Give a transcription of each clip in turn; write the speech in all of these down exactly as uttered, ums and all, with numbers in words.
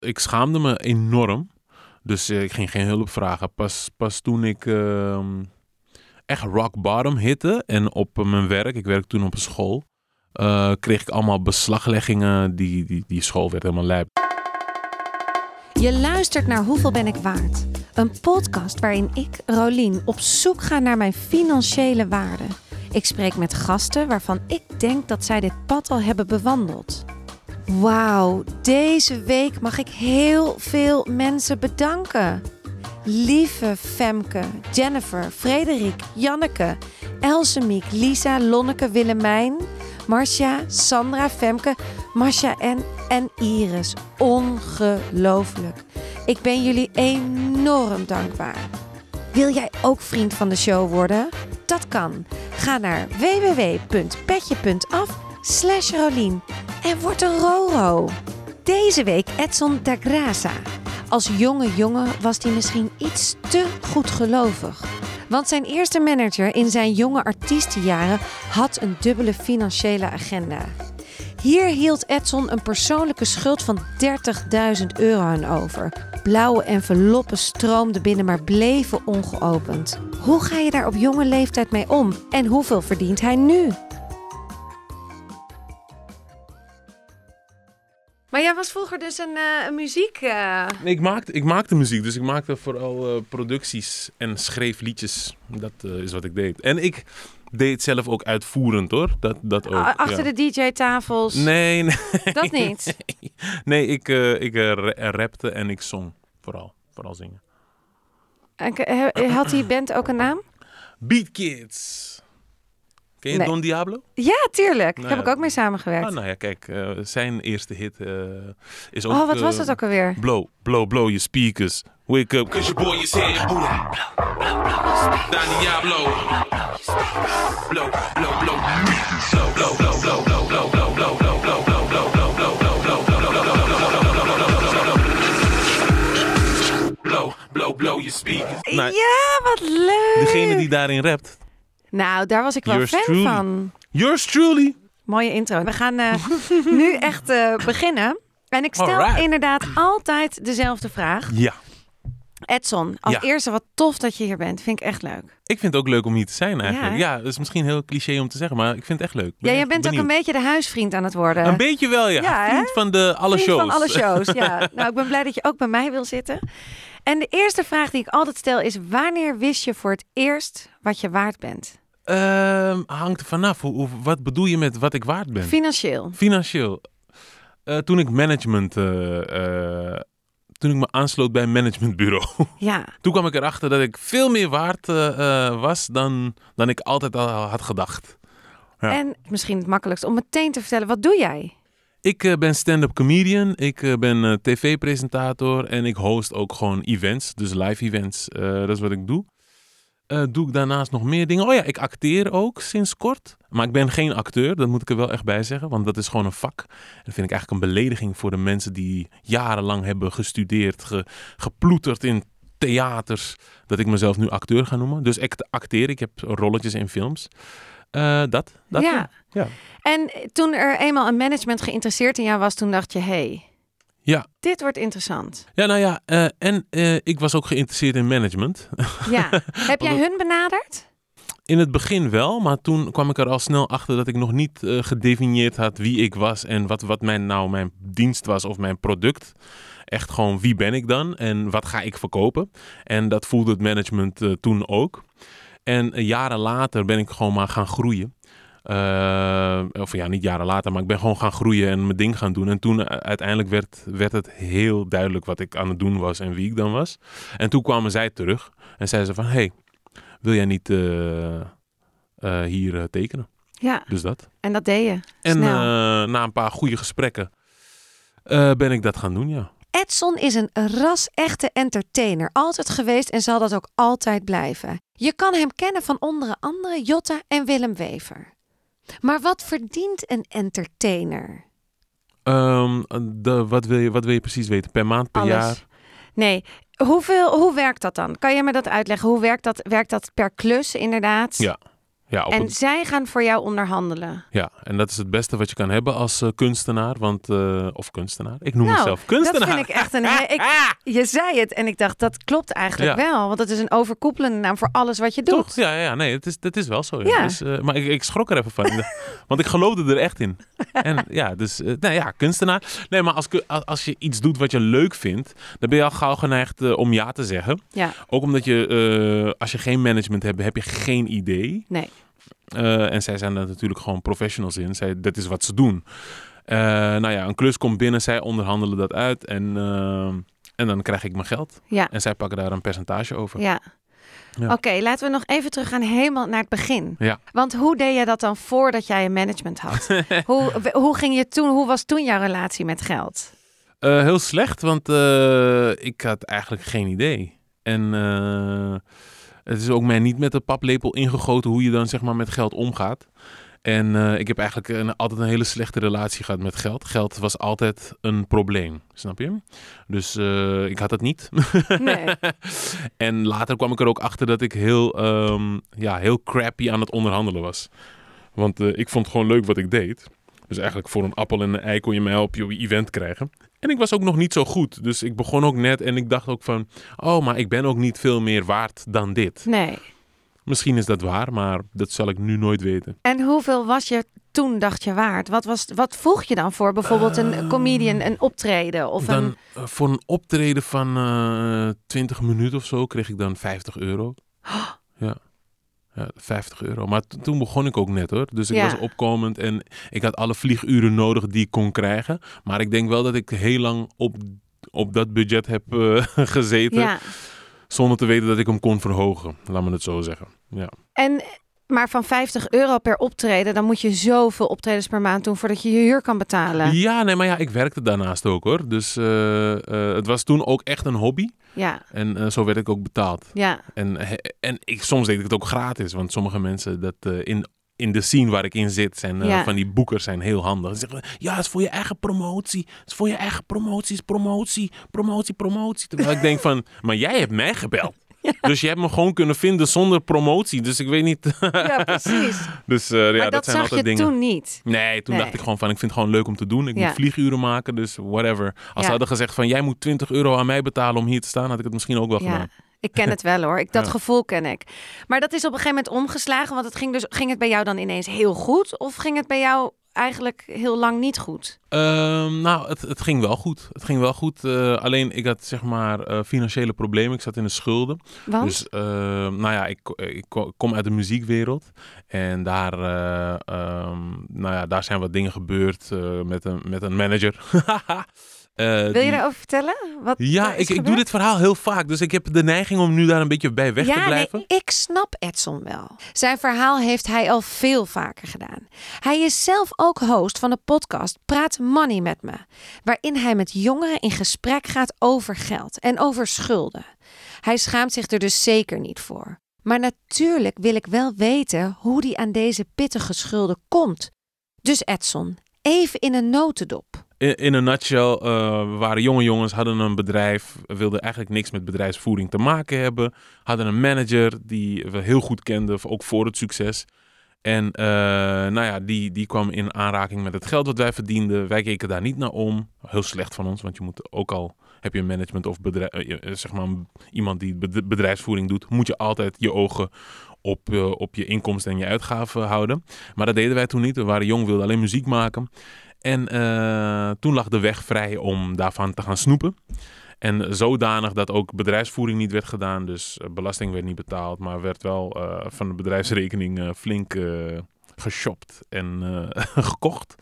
Ik schaamde me enorm. Dus uh, ik ging geen hulp vragen. Pas, pas toen ik uh, echt rock bottom hitte en op uh, mijn werk, ik werk toen op een school, uh, kreeg ik allemaal beslagleggingen. Die, die, die school werd helemaal lijp. Je luistert naar Hoeveel ben ik waard? Een podcast waarin ik, Rolien, op zoek ga naar mijn financiële waarde. Ik spreek met gasten waarvan ik denk dat zij dit pad al hebben bewandeld. Wauw, deze week mag ik heel veel mensen bedanken. Lieve Femke, Jennifer, Frederik, Janneke, Elsemiek, Lisa, Lonneke, Willemijn, Marcia, Sandra, Femke, Masha en, en Iris. Ongelooflijk. Ik ben jullie enorm dankbaar. Wil jij ook vriend van de show worden? Dat kan. Ga naar www.petje.af slash Rolien en word een Roro. Deze week Edson da Graça. Als jonge jongen was hij misschien iets te goedgelovig. Want zijn eerste manager in zijn jonge artiestenjaren had een dubbele financiële agenda. Hier hield Edson een persoonlijke schuld van dertigduizend euro aan over. Blauwe enveloppen stroomden binnen, maar bleven ongeopend. Hoe ga je daar op jonge leeftijd mee om? En hoeveel verdient hij nu? Maar jij was vroeger dus een, uh, een muziek... Uh... Nee, ik maakte, ik maakte muziek, dus ik maakte vooral uh, producties en schreef liedjes. Dat uh, is wat ik deed. En ik deed het zelf ook uitvoerend, hoor. Dat, dat ook, uh, achter ja. de D J-tafels? Nee, nee. Dat niet? Nee, nee ik, uh, ik uh, rapte en ik zong. Vooral, vooral zingen. En, had die band ook een naam? Beat Kids. Ken je nee. Don Diablo? Ja, tuurlijk. Nou Heb ja, ik ook mee samengewerkt. Ah, nou ja, kijk. Uh, zijn eerste hit uh, is ook... Oh, wat uh, was het ook alweer? Blow, blow, blow your speakers. Wake up, cause your boy is here. Blow, blow, blow, blow, Don Diablo. Blow, blow, blow. Blow, blow, blow, blow, blow, blow, blow, blow, blow, blow, blow, blow, blow, blow, blow, blow, blow, blow your speakers. Ja, wat leuk. Degene die daarin rapt. Nou, daar was ik wel Yours fan truly. van. Yours truly. Mooie intro. We gaan uh, nu echt uh, beginnen. En ik stel Alright. inderdaad altijd dezelfde vraag. Ja. Edson, als ja. eerste wat tof dat je hier bent. Vind ik echt leuk. Ik vind het ook leuk om hier te zijn eigenlijk. Ja, ja dat is misschien heel cliché om te zeggen, maar ik vind het echt leuk. Ja, jij bent benieuwd. ook een beetje de huisvriend aan het worden. Een beetje wel, ja. ja Vriend hè? van de alle Vriend shows. van alle shows, ja. Nou, ik ben blij dat je ook bij mij wil zitten. En de eerste vraag die ik altijd stel is: wanneer wist je voor het eerst wat je waard bent? Uh, hangt er vanaf. Hoe, hoe, wat bedoel je met wat ik waard ben? Financieel. Financieel. Uh, toen ik management... Uh, uh, toen ik me aansloot bij een managementbureau. Ja. Toen kwam ik erachter dat ik veel meer waard uh, uh, was dan, dan ik altijd al had gedacht. Ja. En misschien het makkelijkst om meteen te vertellen, wat doe jij? Ik uh, ben stand-up comedian. Ik uh, ben uh, tv-presentator. En ik host ook gewoon events. Dus live events. Uh, dat is wat ik doe. Uh, doe ik daarnaast nog meer dingen? Oh ja, ik acteer ook sinds kort. Maar ik ben geen acteur, dat moet ik er wel echt bij zeggen. Want dat is gewoon een vak. En dat vind ik eigenlijk een belediging voor de mensen die jarenlang hebben gestudeerd, ge, geploeterd in theaters. Dat ik mezelf nu acteur ga noemen. Dus ik acteer, ik heb rolletjes in films. Uh, dat, dat. Ja. ja. En toen er eenmaal een management geïnteresseerd in jou was, toen dacht je, hé, hey, ja. dit wordt interessant. Ja, nou ja, uh, en uh, ik was ook geïnteresseerd in management. Ja. Heb jij hun benaderd? In het begin wel, maar toen kwam ik er al snel achter dat ik nog niet uh, gedefinieerd had wie ik was en wat, wat mijn, nou mijn dienst was of mijn product. Echt gewoon wie ben ik dan en wat ga ik verkopen. En dat voelde het management uh, toen ook. En uh, jaren later ben ik gewoon maar gaan groeien. Uh, of ja, niet jaren later, maar ik ben gewoon gaan groeien en mijn ding gaan doen. En toen uh, uiteindelijk werd, werd het heel duidelijk wat ik aan het doen was en wie ik dan was. En toen kwamen zij terug en zeiden ze van, hey, wil jij niet uh, uh, hier uh, tekenen? Ja. Dus dat. En dat deed je En uh, snel. na een paar goede gesprekken uh, ben ik dat gaan doen, ja. Edson is een ras-echte entertainer. Altijd geweest en zal dat ook altijd blijven. Je kan hem kennen van onder andere Jotta en Willem Wever. Maar wat verdient een entertainer? Um, de, wat, wil je, wat wil je precies weten? Per maand, per Alles. jaar? Nee, Hoeveel, hoe werkt dat dan? Kan je me dat uitleggen? Hoe werkt dat? Werkt dat per klus inderdaad? Ja. Ja, op en het... zij gaan voor jou onderhandelen. Ja, en dat is het beste wat je kan hebben als uh, kunstenaar. Want, uh, of kunstenaar. Ik noem nou, mezelf kunstenaar. Dat vind ik echt een... He- ik, je zei het en ik dacht, dat klopt eigenlijk ja. wel. Want het is een overkoepelende naam voor alles wat je doet. Toch? Ja, ja, nee, het is, het is wel zo. Ja. Ja. Dus, uh, maar ik, ik schrok er even van. Want ik geloofde er echt in. En ja, dus, uh, nou ja, kunstenaar. Nee, maar als, als je iets doet wat je leuk vindt, dan ben je al gauw geneigd uh, om ja te zeggen. Ja. Ook omdat je, uh, als je geen management hebt, heb je geen idee. Nee. Uh, en zij zijn er natuurlijk gewoon professionals in. Zij, dat is wat ze doen. Uh, nou ja, een klus komt binnen, zij onderhandelen dat uit en, uh, en dan krijg ik mijn geld. Ja. En zij pakken daar een percentage over. Ja. Ja. Oké, okay, laten we nog even teruggaan helemaal naar het begin. Ja. Want hoe deed je dat dan voordat jij een management had? hoe, hoe ging je toen? Hoe was toen jouw relatie met geld? Uh, heel slecht, want uh, ik had eigenlijk geen idee. En uh, het is ook mij niet met de paplepel ingegoten hoe je dan zeg maar met geld omgaat. En uh, ik heb eigenlijk een, altijd een hele slechte relatie gehad met geld. Geld was altijd een probleem, snap je? Dus uh, ik had het niet. Nee. En later kwam ik er ook achter dat ik heel, um, ja, heel crappy aan het onderhandelen was. Want uh, ik vond het gewoon leuk wat ik deed. Dus eigenlijk voor een appel en een ei kon je mij op je event krijgen. En ik was ook nog niet zo goed. Dus ik begon ook net en ik dacht ook van... oh, maar ik ben ook niet veel meer waard dan dit. Nee. Misschien is dat waar, maar dat zal ik nu nooit weten. En hoeveel was je toen, dacht je, waard? Wat, was, wat vroeg je dan voor? Bijvoorbeeld een uh, comedian, een optreden? Of dan, een... Uh, voor een optreden van uh, twintig minuten of zo kreeg ik dan vijftig euro. Oh. Ja. Ja, vijftig euro. Maar t- toen begon ik ook net hoor. Dus ik ja. was opkomend en ik had alle vlieguren nodig die ik kon krijgen. Maar ik denk wel dat ik heel lang op, op dat budget heb uh, gezeten. Ja. Zonder te weten dat ik hem kon verhogen. Laat me het zo zeggen. Ja. En, maar van vijftig euro per optreden, dan moet je zoveel optredens per maand doen voordat je je huur kan betalen. Ja, nee, maar ja, ik werkte daarnaast ook hoor. Dus uh, uh, het was toen ook echt een hobby. Ja. En uh, zo werd ik ook betaald. Ja. En, en ik, soms deed ik het ook gratis. Want sommige mensen dat uh, in, in de scene waar ik in zit, zijn uh, ja. van die boekers zijn heel handig. Ze zeggen, ja, het is voor je eigen promotie. Het is voor je eigen promotie. Het is promotie, promotie, promotie. Terwijl ik denk van, maar jij hebt mij gebeld. Ja. Dus je hebt me gewoon kunnen vinden zonder promotie. Dus ik weet niet. Ja, precies. Dus, uh, ja, maar dat, dat zijn zag altijd je dingen. toen niet? Nee, toen nee. dacht ik gewoon van, ik vind het gewoon leuk om te doen. Ik ja. moet vlieguren maken, dus whatever. Als ja. ze hadden gezegd van, jij moet twintig euro aan mij betalen om hier te staan, had ik het misschien ook wel ja. gedaan. Ik ken het wel hoor. Ik, dat ja. gevoel ken ik. Maar dat is op een gegeven moment omgeslagen. Want het ging, dus, ging het bij jou dan ineens heel goed? Of ging het bij jou eigenlijk heel lang niet goed? Uh, nou, het, het ging wel goed. Het ging wel goed. Uh, alleen ik had zeg maar uh, financiële problemen. Ik zat in de schulden. Want? Dus uh, nou ja, ik, ik kom uit de muziekwereld. En daar, uh, um, nou ja, daar zijn wat dingen gebeurd uh, met, een, met een manager. Uh, Wil die... je daarover vertellen? Wat ja, ik, ik doe dit verhaal heel vaak. Dus ik heb de neiging om nu daar een beetje bij weg ja, te blijven. Nee, ik snap Edson wel. Zijn verhaal heeft hij al veel vaker gedaan. Hij is zelf ook host van de podcast Praat Money met me. Waarin hij met jongeren in gesprek gaat over geld en over schulden. Hij schaamt zich er dus zeker niet voor. Maar natuurlijk wil ik wel weten hoe hij aan deze pittige schulden komt. Dus Edson, even in een notendop. In, in een nutshell, uh, we waren jonge jongens, hadden een bedrijf, wilden eigenlijk niks met bedrijfsvoering te maken hebben. Hadden een manager die we heel goed kenden, ook voor het succes. En uh, nou ja, die, die kwam in aanraking met het geld wat wij verdienden. Wij keken daar niet naar om. Heel slecht van ons, want je moet ook al, heb je een management of bedrijf, uh, zeg maar iemand die bedrijfsvoering doet, moet je altijd je ogen op, uh, op je inkomsten en je uitgaven houden. Maar dat deden wij toen niet. We waren jong, wilden alleen muziek maken. En uh, toen lag de weg vrij om daarvan te gaan snoepen. En zodanig dat ook bedrijfsvoering niet werd gedaan. Dus uh, belasting werd niet betaald. Maar werd wel uh, van de bedrijfsrekening uh, flink uh, geshopt en uh, gekocht.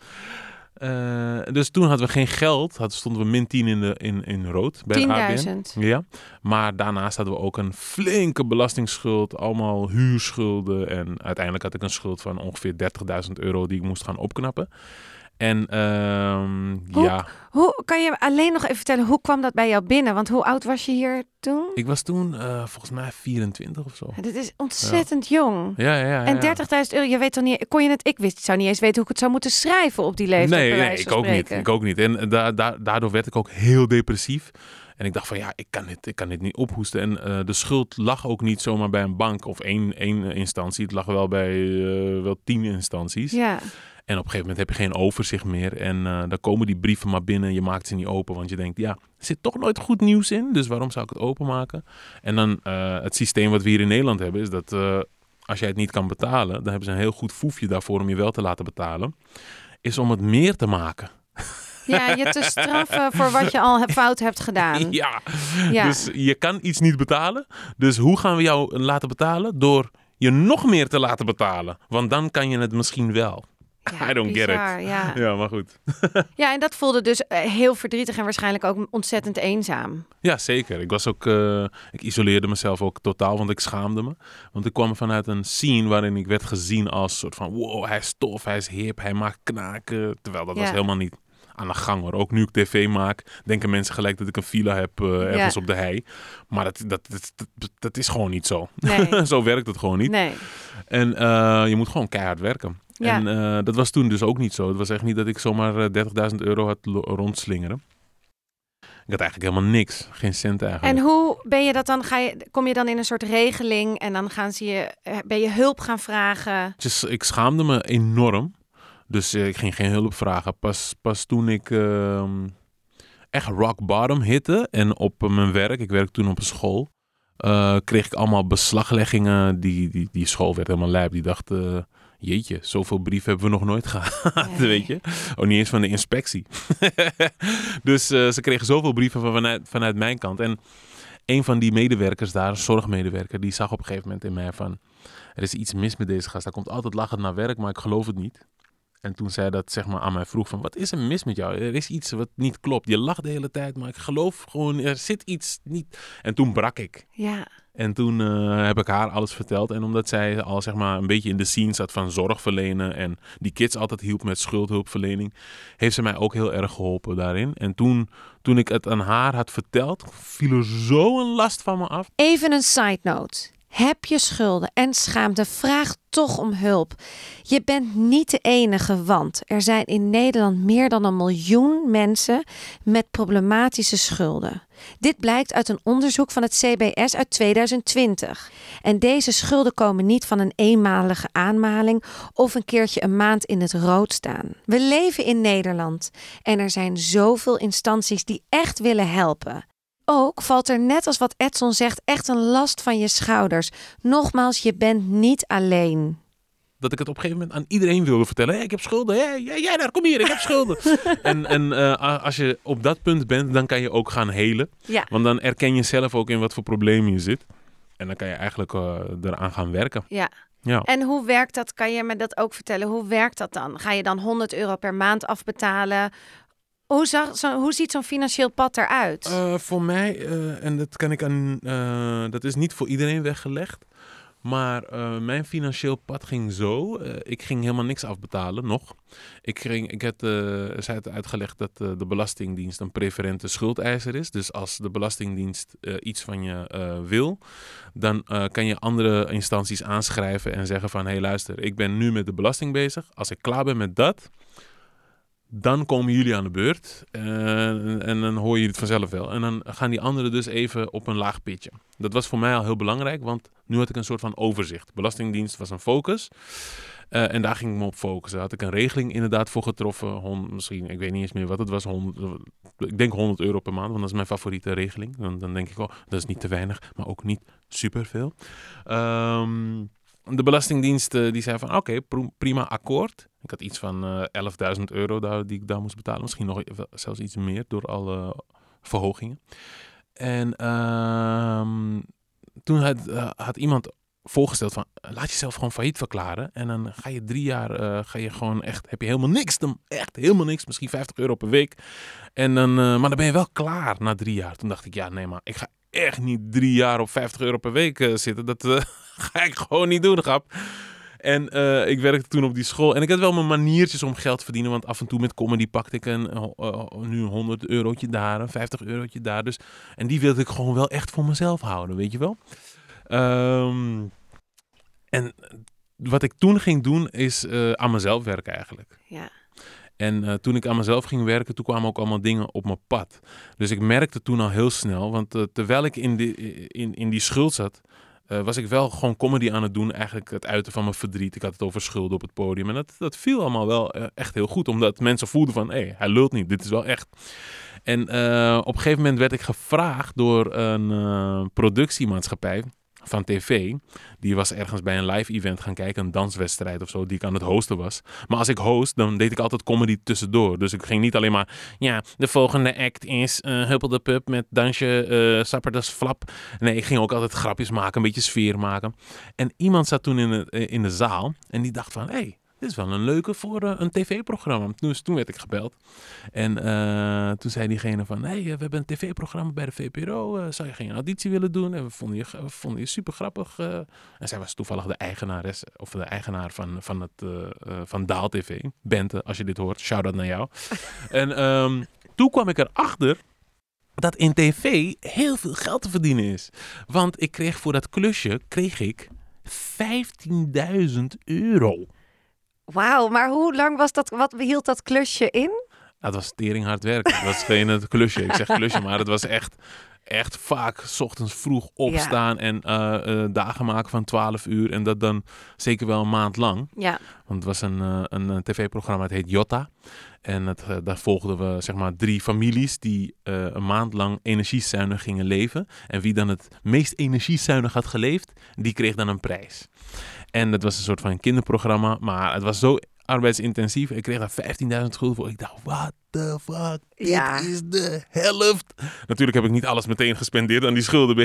Uh, dus toen hadden we geen geld. Hadden, stonden we min tien in, de, in, in rood bij tienduizend. Ja. Maar daarnaast hadden we ook een flinke belastingsschuld. Allemaal huurschulden. En uiteindelijk had ik een schuld van ongeveer dertigduizend euro die ik moest gaan opknappen. En um, hoe, ja... Hoe, kan je alleen nog even vertellen, hoe kwam dat bij jou binnen? Want hoe oud was je hier toen? Ik was toen uh, volgens mij vierentwintig of zo. Dit is ontzettend ja. jong. Ja, ja, ja. En dertigduizend euro, je weet toch niet... Kon je het... Ik wist, zou niet eens weten hoe ik het zou moeten schrijven op die leeftijd. Nee, nee ik ook niet. Ik ook niet. En da, da, daardoor werd ik ook heel depressief. En ik dacht van ja, ik kan dit, ik kan dit niet ophoesten. En uh, de schuld lag ook niet zomaar bij een bank of één, één instantie. Het lag wel bij uh, wel tien instanties. Ja. En op een gegeven moment heb je geen overzicht meer. En uh, dan komen die brieven maar binnen. Je maakt ze niet open. Want je denkt, ja, er zit toch nooit goed nieuws in. Dus waarom zou ik het openmaken? En dan uh, het systeem wat we hier in Nederland hebben is dat uh, als jij het niet kan betalen, dan hebben ze een heel goed foefje daarvoor om je wel te laten betalen. Is om het meer te maken. Ja, je te straffen voor wat je al fout hebt gedaan. Ja. ja, dus je kan iets niet betalen. Dus hoe gaan we jou laten betalen? Door je nog meer te laten betalen. Want dan kan je het misschien wel. Ja, I don't bizar, get it. Ja. ja, maar goed. Ja, en dat voelde dus heel verdrietig en waarschijnlijk ook ontzettend eenzaam. Ja, zeker. Ik was ook, uh, ik isoleerde mezelf ook totaal, want ik schaamde me. Want ik kwam vanuit een scene waarin ik werd gezien als soort van, wow, hij is tof, hij is hip, hij maakt knaken. Terwijl dat ja. was helemaal niet aan de gang hoor. Ook nu ik tv maak, denken mensen gelijk dat ik een villa heb uh, ergens ja. op de hei. Maar dat, dat, dat, dat, dat is gewoon niet zo. Nee. Zo werkt het gewoon niet. Nee. En uh, je moet gewoon keihard werken. Ja. En uh, dat was toen dus ook niet zo. Het was echt niet dat ik zomaar uh, dertigduizend euro had lo- rondslingeren. Ik had eigenlijk helemaal niks. Geen cent eigenlijk. En hoe ben je dat dan? Ga je, kom je dan in een soort regeling en dan gaan ze je, ben je hulp gaan vragen? Dus ik schaamde me enorm. Dus uh, ik ging geen hulp vragen. Pas, pas toen ik uh, echt rock bottom hitte en op uh, mijn werk, ik werkte toen op een school, uh, kreeg ik allemaal beslagleggingen. Die, die, die school werd helemaal lijp. Die dacht... Uh, Jeetje, zoveel brieven hebben we nog nooit gehad, nee. weet je. Oh, niet eens van de inspectie. Dus uh, ze kregen zoveel brieven van, vanuit, vanuit mijn kant. En een van die medewerkers daar, een zorgmedewerker, die zag op een gegeven moment in mij van, er is iets mis met deze gast. Hij komt altijd lachend naar werk, maar ik geloof het niet. En toen zij dat zeg maar aan mij vroeg van, wat is er mis met jou? Er is iets wat niet klopt. Je lacht de hele tijd, maar ik geloof gewoon, er zit iets niet. En toen brak ik. Ja. En toen uh, heb ik haar alles verteld. En omdat zij al zeg maar een beetje in de scene zat van zorg verlenen en die kids altijd hielp met schuldhulpverlening, heeft ze mij ook heel erg geholpen daarin. En toen, toen ik het aan haar had verteld, viel er zo een last van me af. Even een side note. Heb je schulden en schaamte, vraag toch om hulp. Je bent niet de enige, want er zijn in Nederland meer dan een miljoen mensen met problematische schulden. Dit blijkt uit een onderzoek van het C B S uit tweeduizend twintig. En deze schulden komen niet van een eenmalige aanmaling of een keertje een maand in het rood staan. We leven in Nederland en er zijn zoveel instanties die echt willen helpen. Ook valt er net als wat Edson zegt echt een last van je schouders. Nogmaals, je bent niet alleen. Dat ik het op een gegeven moment aan iedereen wilde vertellen. Hey, ik heb schulden. Hey, jij, jij daar, kom hier, ik heb schulden. en en uh, als je op dat punt bent, dan kan je ook gaan helen. Ja. Want dan erken je zelf ook in wat voor problemen je zit. En dan kan je eigenlijk uh, eraan gaan werken. Ja. Ja. En hoe werkt dat? Kan je me dat ook vertellen? Hoe werkt dat dan? Ga je dan honderd euro per maand afbetalen? Hoe, zag, zo, hoe ziet zo'n financieel pad eruit? Uh, voor mij, uh, en dat kan ik aan, uh, dat is niet voor iedereen weggelegd. Maar uh, mijn financieel pad ging zo. Uh, ik ging helemaal niks afbetalen, nog. Ik, ging, ik had, uh, zij had uitgelegd dat uh, de Belastingdienst een preferente schuldeiser is. Dus als de Belastingdienst uh, iets van je uh, wil, dan uh, kan je andere instanties aanschrijven en zeggen van, hé hey, luister, ik ben nu met de belasting bezig. Als ik klaar ben met dat, dan komen jullie aan de beurt uh, en, en dan hoor je het vanzelf wel. En dan gaan die anderen dus even op een laag pitje. Dat was voor mij al heel belangrijk, want nu had ik een soort van overzicht. Belastingdienst was een focus uh, en daar ging ik me op focussen. Daar had ik een regeling inderdaad voor getroffen. Hond, misschien, ik weet niet eens meer wat het was. honderd, ik denk honderd euro per maand, want dat is mijn favoriete regeling. Dan, dan denk ik, oh, dat is niet te weinig, maar ook niet superveel. Um, De Belastingdienst uh, die zei van oké, okay, prima akkoord. Ik had iets van uh, elfduizend euro daar, die ik daar moest betalen. Misschien nog zelfs iets meer door alle verhogingen. En uh, toen had, uh, had iemand voorgesteld van laat jezelf gewoon failliet verklaren. En dan ga je drie jaar, uh, ga je gewoon echt, heb je helemaal niks. Dan echt helemaal niks, misschien vijftig euro per week. En dan, uh, maar dan ben je wel klaar na drie jaar. Toen dacht ik ja nee maar ik ga echt niet drie jaar op vijftig euro per week uh, zitten. Dat uh, ga ik gewoon niet doen, grap. En uh, ik werkte toen op die school. En ik had wel mijn maniertjes om geld te verdienen. Want af en toe met comedy pakte ik een, uh, uh, nu een honderd eurotje daar, een vijftig eurotje daar. Dus, en die wilde ik gewoon wel echt voor mezelf houden, weet je wel. Um, en wat ik toen ging doen is uh, aan mezelf werken eigenlijk. Ja. En uh, toen ik aan mezelf ging werken, toen kwamen ook allemaal dingen op mijn pad. Dus ik merkte toen al heel snel, want uh, terwijl ik in die, in, in die schuld zat, uh, was ik wel gewoon comedy aan het doen. Eigenlijk het uiten van mijn verdriet. Ik had het over schulden op het podium. En dat, dat viel allemaal wel uh, echt heel goed, omdat mensen voelden van, hé, hey, hij lult niet, dit is wel echt. En uh, op een gegeven moment werd ik gevraagd door een uh, productiemaatschappij van tv. Die was ergens bij een live event gaan kijken, een danswedstrijd of zo, die ik aan het hosten was. Maar als ik host, dan deed ik altijd comedy tussendoor. Dus ik ging niet alleen maar, ja, de volgende act is uh, Huppel de Pup met dansje, uh, Sapperdas Flap. Nee, ik ging ook altijd grapjes maken, een beetje sfeer maken. En iemand zat toen in de, in de zaal en die dacht van, hé, hey, dit is wel een leuke voor uh, een tv-programma. Dus toen werd ik gebeld. En uh, toen zei diegene van, hé, hey, we hebben een tv-programma bij de V P R O. Uh, zou je geen auditie willen doen? En we vonden je, we vonden je super grappig. Uh. En zij was toevallig de eigenares, of de eigenaar van, van, het, uh, uh, van Daal T V. Bente, als je dit hoort. Shout-out naar jou. En um, toen kwam ik erachter dat in tv heel veel geld te verdienen is. Want ik kreeg voor dat klusje, kreeg ik vijftienduizend euro. Wauw, maar hoe lang was dat? Wat hield dat klusje in? Het was tering hard werken. Het was geen het klusje. Ik zeg klusje, maar het was echt, echt vaak 's ochtends vroeg opstaan ja. en uh, uh, dagen maken van twaalf uur. En dat dan zeker wel een maand lang. Ja. Want het was een, uh, een, een tv-programma, het heet Jotta. En het, uh, daar volgden we zeg maar drie families die uh, een maand lang energiezuinig gingen leven. En wie dan het meest energiezuinig had geleefd, die kreeg dan een prijs. En het was een soort van kinderprogramma, maar het was zo arbeidsintensief. Ik kreeg daar vijftienduizend gulden voor. Ik dacht, what the fuck? Ja. Dit is de helft. Natuurlijk heb ik niet alles meteen gespendeerd aan die schulden.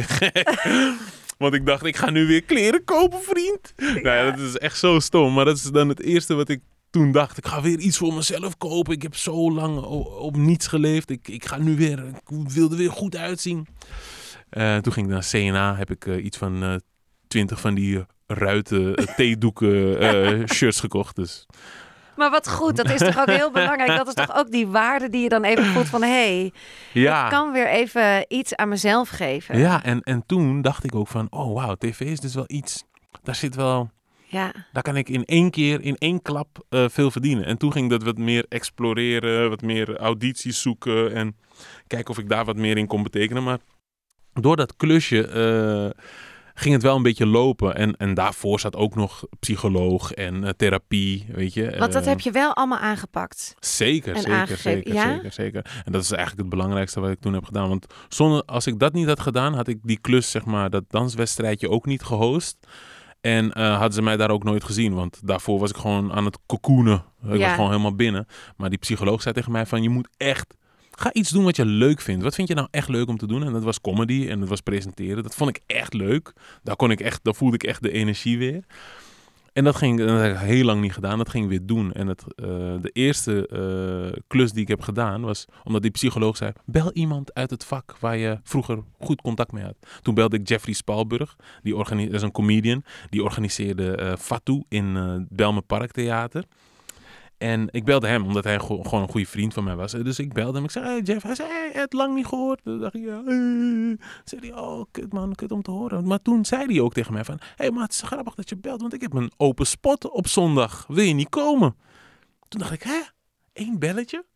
Want ik dacht, ik ga nu weer kleren kopen, vriend. Ja. Nou ja, dat is echt zo stom. Maar dat is dan het eerste wat ik toen dacht. Ik ga weer iets voor mezelf kopen. Ik heb zo lang op niets geleefd. Ik, ik ga nu weer, ik wilde weer goed uitzien. Uh, toen ging ik naar C en A. Heb ik uh, iets van uh, twintig van die... Uh, ruiten, uh, theedoeken, uh, shirts gekocht. Dus. Maar wat goed, dat is toch ook heel belangrijk. Dat is toch ook die waarde die je dan even voelt van... hé, hey, ja. ik kan weer even iets aan mezelf geven. Ja, en, en toen dacht ik ook van... oh, wauw, tv is dus wel iets... daar zit wel... Ja. Daar kan ik in één keer, in één klap uh, veel verdienen. En toen ging dat wat meer exploreren, wat meer audities zoeken... en kijken of ik daar wat meer in kon betekenen. Maar door dat klusje... Uh, ging het wel een beetje lopen. En, en daarvoor zat ook nog psycholoog en uh, therapie, weet je. Want dat uh, heb je wel allemaal aangepakt. Zeker, zeker, zeker, ja? zeker, zeker. En dat is eigenlijk het belangrijkste wat ik toen heb gedaan. Want zonder, als ik dat niet had gedaan, had ik die klus, zeg maar, dat danswedstrijdje ook niet gehost. En uh, hadden ze mij daar ook nooit gezien. Want daarvoor was ik gewoon aan het cocoonen. Ik ja. was gewoon helemaal binnen. Maar die psycholoog zei tegen mij van, je moet echt... Ga iets doen wat je leuk vindt. Wat vind je nou echt leuk om te doen? En dat was comedy en dat was presenteren. Dat vond ik echt leuk. Daar kon ik echt, daar voelde ik echt de energie weer. En dat ging, dat heb ik heel lang niet gedaan. Dat ging ik weer doen. En het, uh, de eerste uh, klus die ik heb gedaan was omdat die psycholoog zei: bel iemand uit het vak waar je vroeger goed contact mee had. Toen belde ik Jeffrey Spalburg. Die organi- dat is een comedian. Die organiseerde uh, Fatou in uh, het Bijlmer Parktheater. En ik belde hem, omdat hij go- gewoon een goede vriend van mij was. Dus ik belde hem. Ik zei, hey Jeff. Hij zei, hey, het lang niet gehoord. Toen dacht ik, ja. Hey. Zei hij, oh, kut man, kut om te horen. Maar toen zei hij ook tegen mij van, hé, hey, maar het is grappig dat je belt, want ik heb een open spot op zondag. Wil je niet komen? Toen dacht ik, hè? Eén belletje?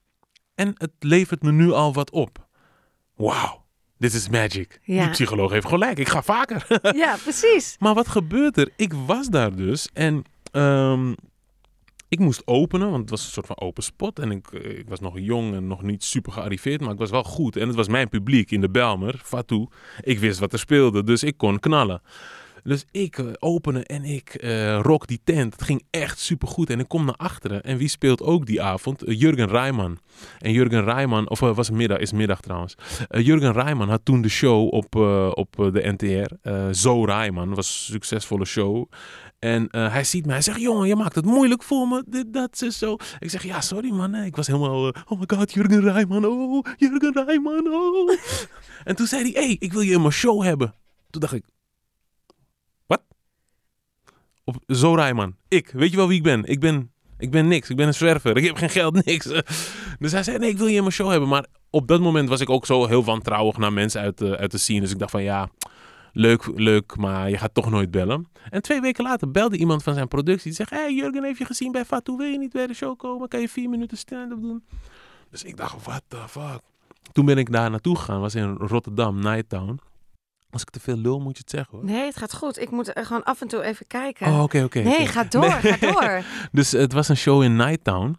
En het levert me nu al wat op. Wauw. Dit is magic. Ja. Die psycholoog heeft gelijk. Ik ga vaker. Ja, precies. Maar wat gebeurt er? Ik was daar dus en... Um, Ik moest openen, want het was een soort van open spot. En ik, ik was nog jong en nog niet super gearriveerd, maar ik was wel goed. En het was mijn publiek in de Bijlmer, Fatou. Ik wist wat er speelde, dus ik kon knallen. Dus ik uh, openen en ik uh, rock die tent. Het ging echt supergoed. En ik kom naar achteren. En wie speelt ook die avond? Uh, Jurgen Rijman. En Jurgen Rijman, of uh, was het middag, is middag trouwens. Uh, Jurgen Rijman had toen de show op, uh, op uh, de N T R. Uh, Zo Rijman, dat was een succesvolle show. En uh, hij ziet mij, hij zegt, jongen, je maakt het moeilijk voor me, dit, dat, is zo. Ik zeg, ja, sorry man, nee. Ik was helemaal, uh, oh my god, Jurgen Rijman, oh, Jurgen Rijman, oh. En toen zei hij, hé, hey, ik wil je in mijn show hebben. Toen dacht ik, wat? Op Zorai, man. Ik. Weet je wel wie ik ben? Ik ben, ik ben niks. Ik ben een zwerver. Ik heb geen geld, niks. Dus hij zei, nee, ik wil je in mijn show hebben. Maar op dat moment was ik ook zo heel wantrouwig naar mensen uit de, uit de scene. Dus ik dacht van, ja, leuk, leuk, maar je gaat toch nooit bellen. En twee weken later belde iemand van zijn productie. Die zegt, hey, Jurgen heeft je gezien bij Fatou. Wil je niet bij de show komen? Kan je vier minuten stand-up doen? Dus ik dacht, what the fuck? Toen ben ik daar naartoe gegaan. Was in Rotterdam, Nighttown. Als ik te veel lul, moet je het zeggen, hoor. Nee, het gaat goed. Ik moet gewoon af en toe even kijken. Oh, oké, okay, oké. Okay, nee, okay. ga door, nee. ga door. Dus het was een show in Nighttown.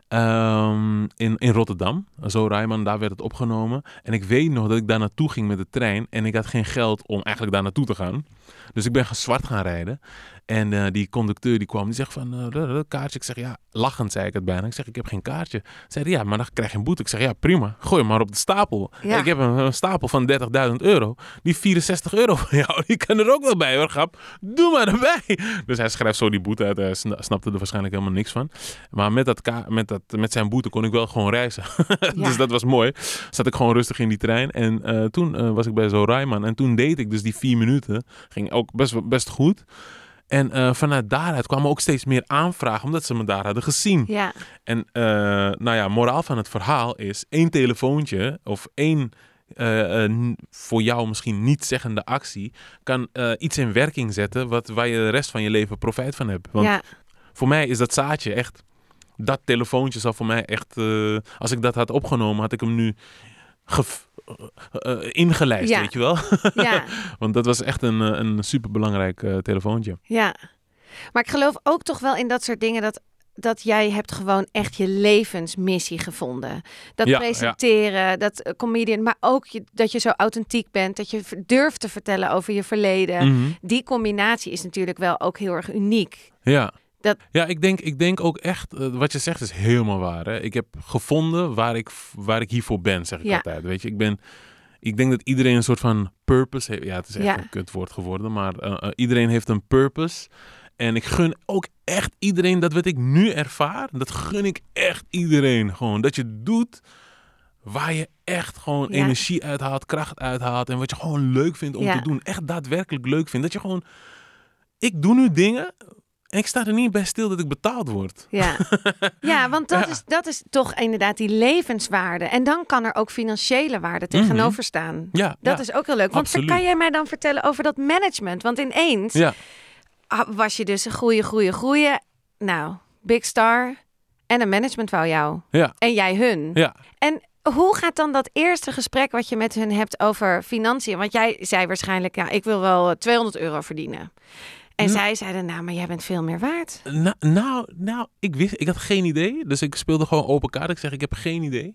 Um, in, in Rotterdam. Zo Rijman, daar werd het opgenomen. En ik weet nog dat ik daar naartoe ging met de trein. En ik had geen geld om eigenlijk daar naartoe te gaan. Dus ik ben zwart gaan rijden. En uh, die conducteur die kwam, die zegt van, uh, kaartje. Ik zeg, ja, lachend zei ik het bijna. Ik zeg, ik heb geen kaartje. Zei ja, maar dan krijg je een boete. Ik zeg, ja, prima. Gooi hem maar op de stapel. Ja. Ik heb een, een stapel van dertigduizend euro. Die vierenzestig euro van jou, die kan er ook wel bij, hoor, grap. Doe maar erbij. Dus hij schrijft zo die boete uit. Hij snapte er waarschijnlijk helemaal niks van. Maar met, dat ka- met, dat, met zijn boete kon ik wel gewoon reizen. Ja. Dus dat was mooi. Zat ik gewoon rustig in die trein. En uh, toen uh, was ik bij Zo Rijman. En toen deed ik dus die vier minuten. Ging ook best, best goed. En uh, vanuit daaruit kwamen ook steeds meer aanvragen, omdat ze me daar hadden gezien. Ja. En uh, nou ja, moraal van het verhaal is, één telefoontje of één uh, uh, voor jou misschien niet zeggende actie kan uh, iets in werking zetten wat, waar je de rest van je leven profijt van hebt. Want ja. voor mij is dat zaadje echt, dat telefoontje zal voor mij echt, uh, als ik dat had opgenomen, had ik hem nu ge- uh, uh, ingelijst, ja. weet je wel? Ja. Want dat was echt een, een superbelangrijk uh, telefoontje. Ja, maar ik geloof ook toch wel in dat soort dingen dat, dat jij hebt gewoon echt je levensmissie gevonden. Dat ja, presenteren, ja. dat uh, comedian, maar ook je, dat je zo authentiek bent, dat je durft te vertellen over je verleden. Mm-hmm. Die combinatie is natuurlijk wel ook heel erg uniek. Ja. Dat... Ja, ik denk, ik denk ook echt, uh, wat je zegt is helemaal waar. Hè? Ik heb gevonden waar ik, waar ik hiervoor ben, zeg ik ja. altijd. Weet je, ik ben, ik denk dat iedereen een soort van purpose heeft. Ja, het is echt ja. een kutwoord geworden, maar uh, uh, iedereen heeft een purpose. En ik gun ook echt iedereen dat wat ik nu ervaar, dat gun ik echt iedereen. Gewoon dat je doet waar je echt gewoon ja. energie uithaalt, kracht uithaalt en wat je gewoon leuk vindt om ja. te doen. Echt daadwerkelijk leuk vindt. Dat je gewoon, ik doe nu dingen. En ik sta er niet bij stil dat ik betaald word. Ja, ja want dat, ja. Is, dat is toch inderdaad die levenswaarde. En dan kan er ook financiële waarde tegenover mm-hmm. staan. Ja, dat ja, is ook heel leuk. Want absoluut. Kan jij mij dan vertellen over dat management? Want ineens ja. was je dus groeien, groeien, groeien. Nou, big star. En een management wou jou. Ja. En jij hun. Ja. En hoe gaat dan dat eerste gesprek wat je met hun hebt over financiën? Want jij zei waarschijnlijk, ja, ik wil wel tweehonderd euro verdienen. En nou, zij zeiden, nou, maar jij bent veel meer waard. Nou, nou, nou, ik wist, ik had geen idee. Dus ik speelde gewoon open kaart. Ik zeg, ik heb geen idee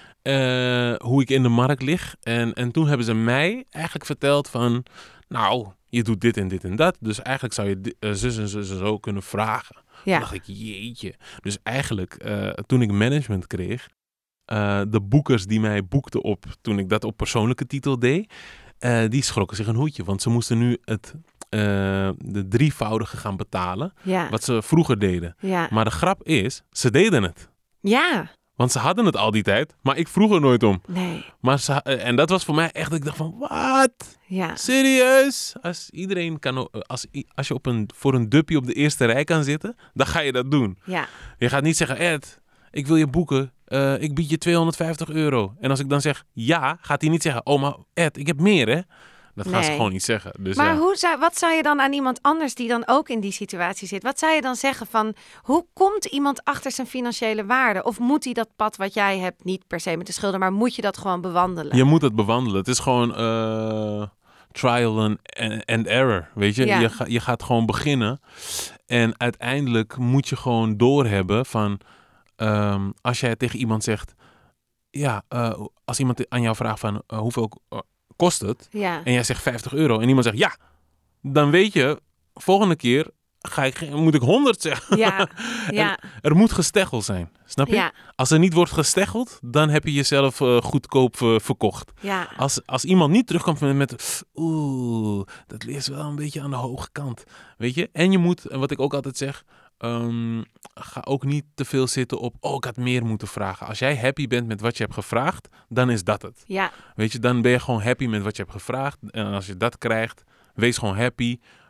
uh, hoe ik in de markt lig. En, en toen hebben ze mij eigenlijk verteld van, nou, je doet dit en dit en dat. Dus eigenlijk zou je uh, zus en zus en zo kunnen vragen. Ja. Toen dacht ik, jeetje. Dus eigenlijk, uh, toen ik management kreeg, uh, de boekers die mij boekten op, toen ik dat op persoonlijke titel deed, uh, die schrokken zich een hoedje. Want ze moesten nu het... Uh, de drievoudige gaan betalen. Ja. Wat ze vroeger deden. Ja. Maar de grap is, ze deden het. Ja. Want ze hadden het al die tijd, maar ik vroeg er nooit om. Nee. Maar ze, en dat was voor mij echt, ik dacht van, wat? Ja. Serieus? Als iedereen kan, als, als je op een, voor een duppie op de eerste rij kan zitten, dan ga je dat doen. Ja. Je gaat niet zeggen, Ed, ik wil je boeken. Uh, ik bied je tweehonderdvijftig euro. En als ik dan zeg ja, gaat hij niet zeggen, oh maar Ed, ik heb meer hè. Dat gaan nee. ze gewoon niet zeggen. Dus maar ja. hoe zou, wat zou je dan aan iemand anders die dan ook in die situatie zit, wat zou je dan zeggen van, hoe komt iemand achter zijn financiële waarde? Of moet hij dat pad wat jij hebt, niet per se met de schulden, maar moet je dat gewoon bewandelen? Je moet het bewandelen. Het is gewoon uh, trial and, and error, weet je? Ja. Je, ga, je gaat gewoon beginnen. En uiteindelijk moet je gewoon doorhebben van, um, als jij tegen iemand zegt, ja, uh, als iemand aan jou vraagt van, uh, hoeveel... Uh, kost het? Ja. En jij zegt vijftig euro. En iemand zegt ja. Dan weet je, volgende keer ga ik, moet ik honderd zeggen. Ja. Ja. Er moet gesteggel zijn. Snap je? Ja. Als er niet wordt gesteggeld, dan heb je jezelf uh, goedkoop uh, verkocht. Ja. Als, als iemand niet terugkomt met, met oeh, dat is wel een beetje aan de hoge kant. Weet je? En je moet, wat ik ook altijd zeg, Um, ga ook niet te veel zitten op, oh, ik had meer moeten vragen. Als jij happy bent met wat je hebt gevraagd, dan is dat het. Ja. Weet je, dan ben je gewoon happy met wat je hebt gevraagd. En als je dat krijgt, wees gewoon happy.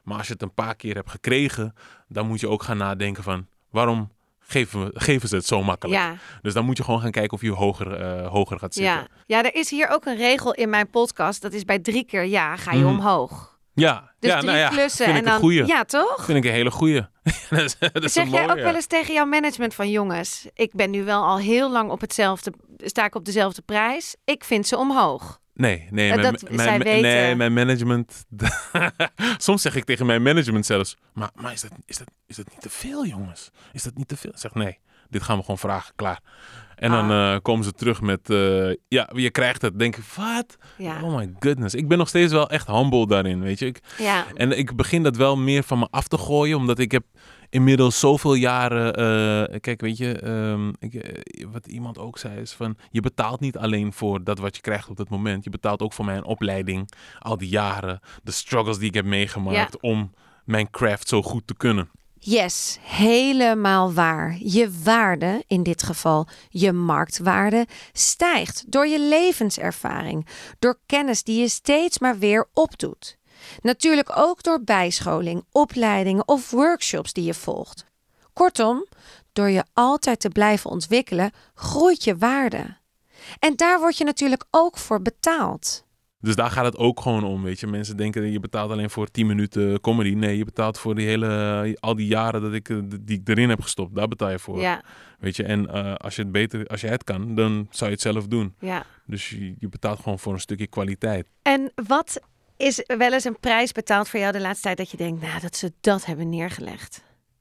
Maar als je het een paar keer hebt gekregen, dan moet je ook gaan nadenken van waarom geven, we, geven ze het zo makkelijk. Ja. Dus dan moet je gewoon gaan kijken of je hoger, uh, hoger gaat zitten. Ja. ja, er is hier ook een regel in mijn podcast. Dat is bij drie keer ja ga je mm. omhoog. Ja, dus ja, drie nou ja, klussen vind en ik dan. een goeie. Ja, toch? Vind ik een hele goeie. dat is, dat is zeg een jij mooie, ook ja. wel eens tegen jouw management van jongens, ik ben nu wel al heel lang op hetzelfde, sta ik op dezelfde prijs. Ik vind ze omhoog. Nee, nee, uh, mijn, dat mijn, zij weten. nee, mijn management. Soms zeg ik tegen mijn management zelfs, maar, maar is, dat, is, dat, is dat niet te veel, jongens? Is dat niet te veel? Ik zeg nee, dit gaan we gewoon vragen, klaar. En dan uh, komen ze terug met, uh, ja, je krijgt het. Denk ik, wat? Ja. Oh my goodness. Ik ben nog steeds wel echt humble daarin, weet je. Ik, ja. En ik begin dat wel meer van me af te gooien, omdat ik heb inmiddels zoveel jaren, uh, kijk, weet je, um, ik, uh, wat iemand ook zei is van, je betaalt niet alleen voor dat wat je krijgt op dat moment. Je betaalt ook voor mijn opleiding, al die jaren, de struggles die ik heb meegemaakt ja. om mijn craft zo goed te kunnen. Yes, helemaal waar. Je waarde, in dit geval je marktwaarde, stijgt door je levenservaring, door kennis die je steeds maar weer opdoet. Natuurlijk ook door bijscholing, opleidingen of workshops die je volgt. Kortom, door je altijd te blijven ontwikkelen, groeit je waarde. En daar word je natuurlijk ook voor betaald. Dus daar gaat het ook gewoon om, weet je. Mensen denken, je betaalt alleen voor tien minuten comedy. Nee, je betaalt voor die hele, al die jaren dat ik, die ik erin heb gestopt. Daar betaal je voor. Ja. Weet je, en uh, als je het beter, als je het kan, dan zou je het zelf doen. Ja. Dus je, je betaalt gewoon voor een stukje kwaliteit. En wat is wel eens een prijs betaald voor jou de laatste tijd dat je denkt, nou, dat ze dat hebben neergelegd?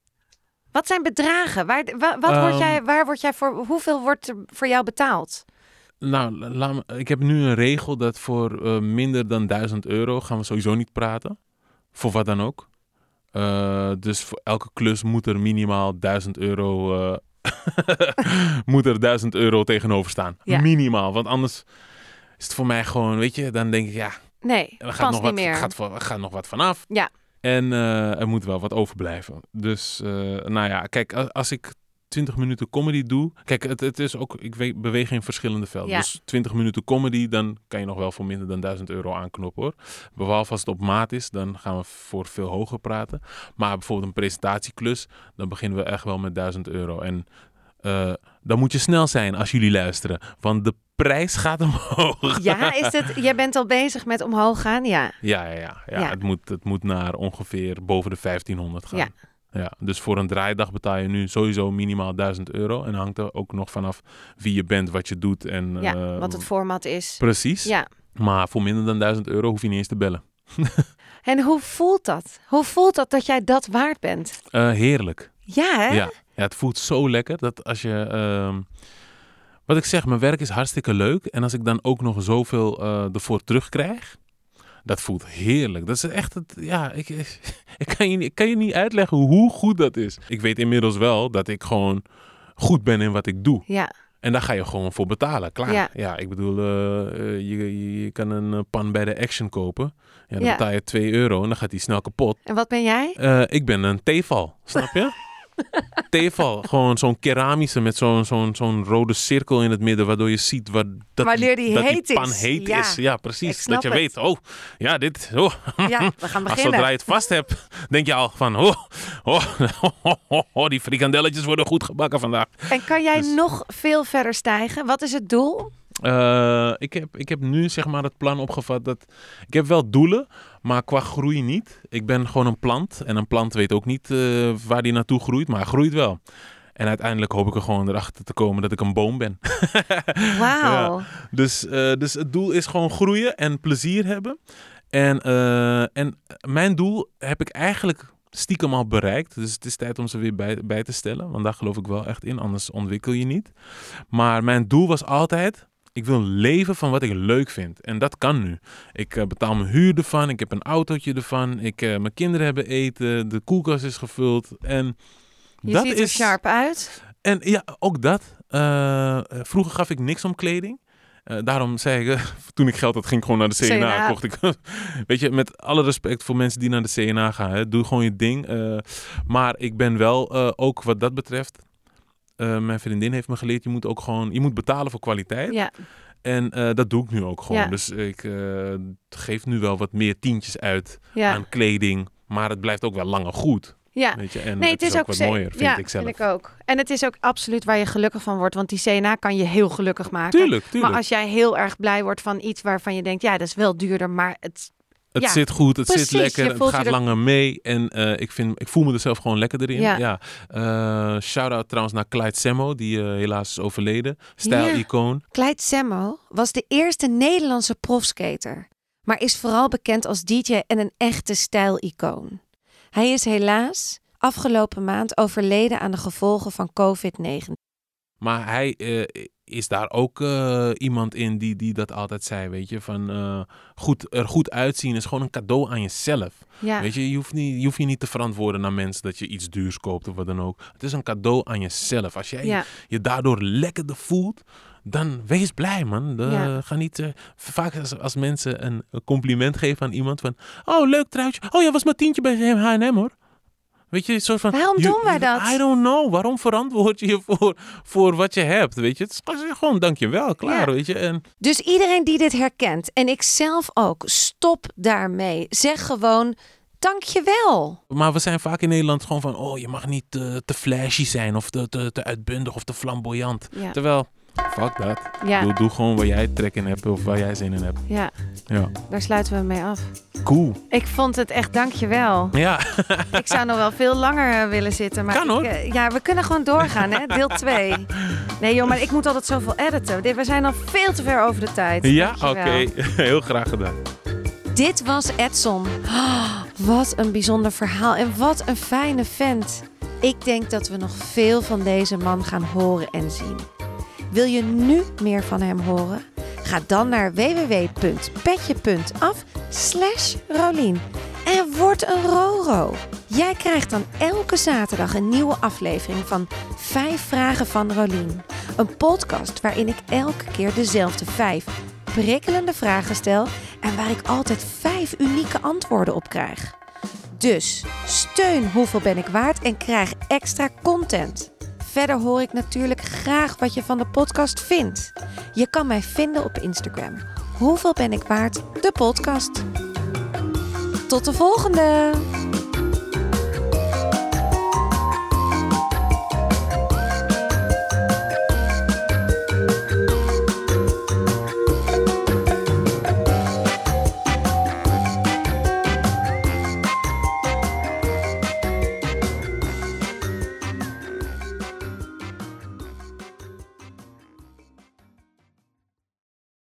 Wat zijn bedragen? Waar, wa, wat um, word jij, waar word jij voor, hoeveel wordt er voor jou betaald? Nou, laat me, ik heb nu een regel dat voor uh, minder dan duizend euro gaan we sowieso niet praten. Voor wat dan ook. Uh, dus voor elke klus moet er minimaal duizend euro, uh, moet er duizend euro tegenover staan. Ja. Minimaal, want anders is het voor mij gewoon, weet je, dan denk ik ja. Nee, er gaat nog niet wat, meer. Er gaat, er gaat nog wat vanaf. Ja. En uh, er moet wel wat overblijven. Dus, uh, nou ja, kijk, als ik twintig minuten comedy doe. Kijk, het, het is ook, ik we, beweeg in verschillende velden. Ja. Dus twintig minuten comedy, dan kan je nog wel voor minder dan duizend euro aanknoppen, hoor. Behalve als het op maat is, dan gaan we voor veel hoger praten. Maar bijvoorbeeld een presentatieklus, dan beginnen we echt wel met duizend euro. En uh, dan moet je snel zijn als jullie luisteren, want de prijs gaat omhoog. Ja, is het? Jij bent al bezig met omhoog gaan, ja. Ja, ja, ja. ja, ja. Het, moet, het moet naar ongeveer boven de vijftienhonderd gaan. Ja. Ja, dus voor een draaidag betaal je nu sowieso minimaal duizend euro. En hangt er ook nog vanaf wie je bent, wat je doet. En, ja, uh, wat het format is. Precies. Ja. Maar voor minder dan duizend euro hoef je niet eens te bellen. En hoe voelt dat? Hoe voelt dat dat jij dat waard bent? Uh, heerlijk. Ja, hè? Ja. ja, het voelt zo lekker dat als je... Uh, wat ik zeg, mijn werk is hartstikke leuk. En als ik dan ook nog zoveel uh, ervoor terugkrijg... Dat voelt heerlijk. Dat is echt het. Ja, ik, ik, kan je, ik kan je niet uitleggen hoe goed dat is. Ik weet inmiddels wel dat ik gewoon goed ben in wat ik doe. Ja. En daar ga je gewoon voor betalen. Klaar. Ja, ja ik bedoel, uh, je, je kan een pan bij de Action kopen. Ja, dan ja. betaal je twee euro en dan gaat die snel kapot. En wat ben jij? Uh, ik ben een theeval. Snap je? Theeval, gewoon zo'n keramische met zo'n zo'n zo'n rode cirkel in het midden, waardoor je ziet wat dat Wanneer die, dat heet die pan is. heet ja. is. Ja, precies. Dat je het. weet, oh, ja, dit, oh. Ja, we gaan beginnen. Zodra je het vast hebt, denk je al van, oh, oh, oh, oh, oh die frikandelletjes worden goed gebakken vandaag. En kan jij dus... nog veel verder stijgen? Wat is het doel? Uh, ik, heb, ik heb nu zeg maar het plan opgevat dat... Ik heb wel doelen, maar qua groei niet. Ik ben gewoon een plant. En een plant weet ook niet uh, waar die naartoe groeit, maar hij groeit wel. En uiteindelijk hoop ik er gewoon erachter te komen dat ik een boom ben. Wauw. Ja. Dus, uh, dus het doel is gewoon groeien en plezier hebben. En, uh, en mijn doel heb ik eigenlijk... stiekem al bereikt. Dus het is tijd om ze weer bij, bij te stellen. Want daar geloof ik wel echt in. Anders ontwikkel je niet. Maar mijn doel was altijd... ik wil leven van wat ik leuk vind. En dat kan nu. Ik uh, betaal mijn huur ervan. Ik heb een autootje ervan. Ik, uh, mijn kinderen hebben eten. De koelkast is gevuld. En je dat ziet er is... sharp uit. En ja, ook dat. Uh, vroeger gaf ik niks om kleding. Uh, daarom zei ik, uh, toen ik geld had, ging ik gewoon naar de C N A. C N A. Kocht ik, weet je, met alle respect voor mensen die naar de C N A gaan. Hè, doe gewoon je ding. Uh, maar ik ben wel, uh, ook wat dat betreft... Uh, mijn vriendin heeft me geleerd, je moet ook gewoon... je moet betalen voor kwaliteit. Ja. En uh, dat doe ik nu ook gewoon. Ja. Dus ik uh, geef nu wel wat meer tientjes uit ja. aan kleding. Maar het blijft ook wel langer goed. Ja. Weet je? En nee, het, het is ook, ook wat ze- mooier, vind ja, ik zelf. vind ik ook. En het is ook absoluut waar je gelukkig van wordt. Want die C N A kan je heel gelukkig maken. Tuurlijk, tuurlijk. Maar als jij heel erg blij wordt van iets waarvan je denkt... ja, dat is wel duurder, maar het... Het ja, zit goed, het precies, zit lekker, je het voelt gaat je er- langer mee. En uh, ik, vind, ik voel me er zelf gewoon lekker erin. Ja. Ja. Uh, shout-out trouwens naar Clyde Semmo, die uh, helaas is overleden. Stijl-icoon. Clyde Semmo was de eerste Nederlandse profskater. Maar is vooral bekend als D J en een echte stijl-icoon. Hij is helaas afgelopen maand overleden aan de gevolgen van covid negentien. Maar hij uh, is daar ook uh, iemand in die, die dat altijd zei, weet je. Van uh, goed, er goed uitzien is gewoon een cadeau aan jezelf. Ja. Weet je, je hoeft, niet, je hoeft je niet te verantwoorden naar mensen dat je iets duurs koopt of wat dan ook. Het is een cadeau aan jezelf. Als jij Ja. je, je daardoor lekkerder voelt, dan wees blij, man. De, Ja. Ga niet, uh, vaak als, als mensen een compliment geven aan iemand van... Oh, leuk truitje. Oh ja, was maar tientje bij H en M, hoor. Weet je, een soort van... Waarom you- doen wij dat? I don't know. Waarom verantwoord je je voor, voor wat je hebt, weet je? Het is gewoon dankjewel, klaar, Ja. weet je. En Dus iedereen die dit herkent, en ik zelf ook, stop daarmee. Zeg gewoon, dankjewel. Maar we zijn vaak in Nederland gewoon van... Oh, je mag niet uh, te flashy zijn of te, te, te uitbundig of te flamboyant. Ja. Terwijl, fuck dat. Ja. Doe, doe gewoon waar jij trek in hebt of waar jij zin in hebt. Ja, Ja, daar sluiten we mee af. cool. Ik vond het echt dankjewel. Ja, Ik zou nog wel veel langer uh, willen zitten. Maar Kan, ik, hoor. uh, ja, we kunnen gewoon doorgaan, hè? Deel twee. Nee joh, maar ik moet altijd zoveel editen. Dit- We zijn al veel te ver over de tijd. ja oké. Dankjewel. Heel graag gedaan. Dit was Edson. Oh, wat een bijzonder verhaal en wat een fijne vent. Ik denk dat we nog veel van deze man gaan horen en zien. Wil je nu meer van hem horen? Ga dan naar www.petje.af slash Rolien en word een Roro. Jij krijgt dan elke zaterdag een nieuwe aflevering van Vijf Vragen van Rolien. Een podcast waarin ik elke keer dezelfde vijf prikkelende vragen stel en waar ik altijd vijf unieke antwoorden op krijg. Dus steun Hoeveel Ben ik waard en krijg extra content. Verder hoor ik natuurlijk graag wat je van de podcast vindt. Je kan mij vinden op Instagram. Hoeveel Ben ik waard? De podcast. Tot de volgende!